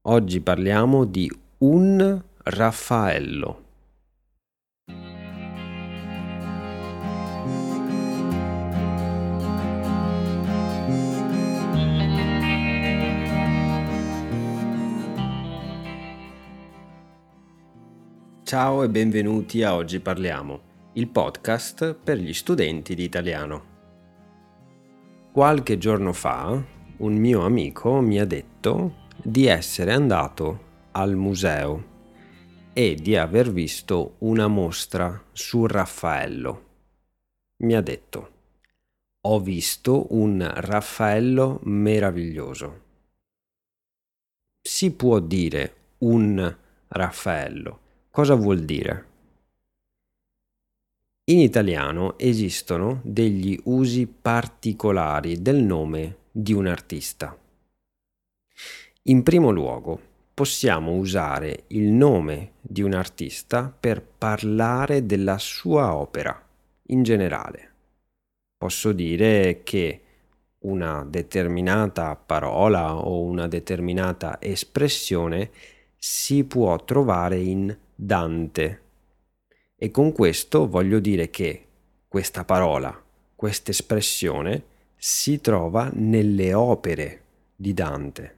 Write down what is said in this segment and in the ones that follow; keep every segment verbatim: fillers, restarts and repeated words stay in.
Oggi parliamo di un Raffaello. Ciao e benvenuti a Oggi Parliamo, il podcast per gli studenti di italiano. Qualche giorno fa un mio amico mi ha detto di essere andato al museo e di aver visto una mostra su Raffaello. Mi ha detto: ho visto un Raffaello meraviglioso. Si può dire un Raffaello. Cosa vuol dire? In italiano esistono degli usi particolari del nome di un artista. In primo luogo, possiamo usare il nome di un artista per parlare della sua opera in generale. Posso dire che una determinata parola o una determinata espressione si può trovare in Dante. E con questo voglio dire che questa parola, questa espressione si trova nelle opere di Dante.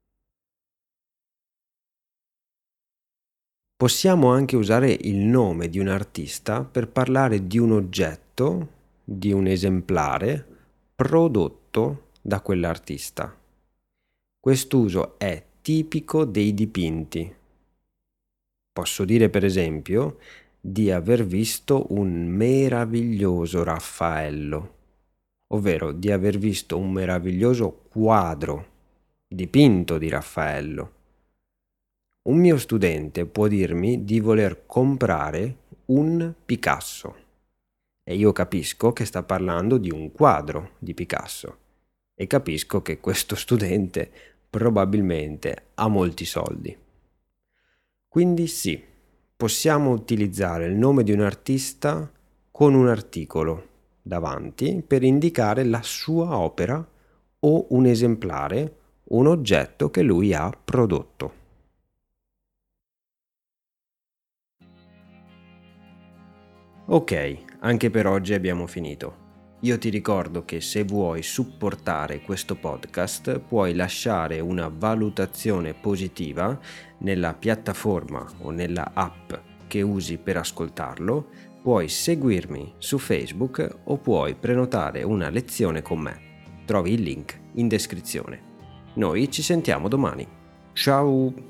Possiamo anche usare il nome di un artista per parlare di un oggetto, di un esemplare prodotto da quell'artista. Quest'uso è tipico dei dipinti. Posso dire per esempio di aver visto un meraviglioso Raffaello, ovvero di aver visto un meraviglioso quadro dipinto di Raffaello. Un mio studente può dirmi di voler comprare un Picasso e io capisco che sta parlando di un quadro di Picasso e capisco che questo studente probabilmente ha molti soldi. Quindi sì, possiamo utilizzare il nome di un artista con un articolo davanti per indicare la sua opera o un esemplare, un oggetto che lui ha prodotto. Ok, anche per oggi abbiamo finito. Io ti ricordo che se vuoi supportare questo podcast puoi lasciare una valutazione positiva nella piattaforma o nella app che usi per ascoltarlo, puoi seguirmi su Facebook o puoi prenotare una lezione con me. Trovi il link in descrizione. Noi ci sentiamo domani. Ciao!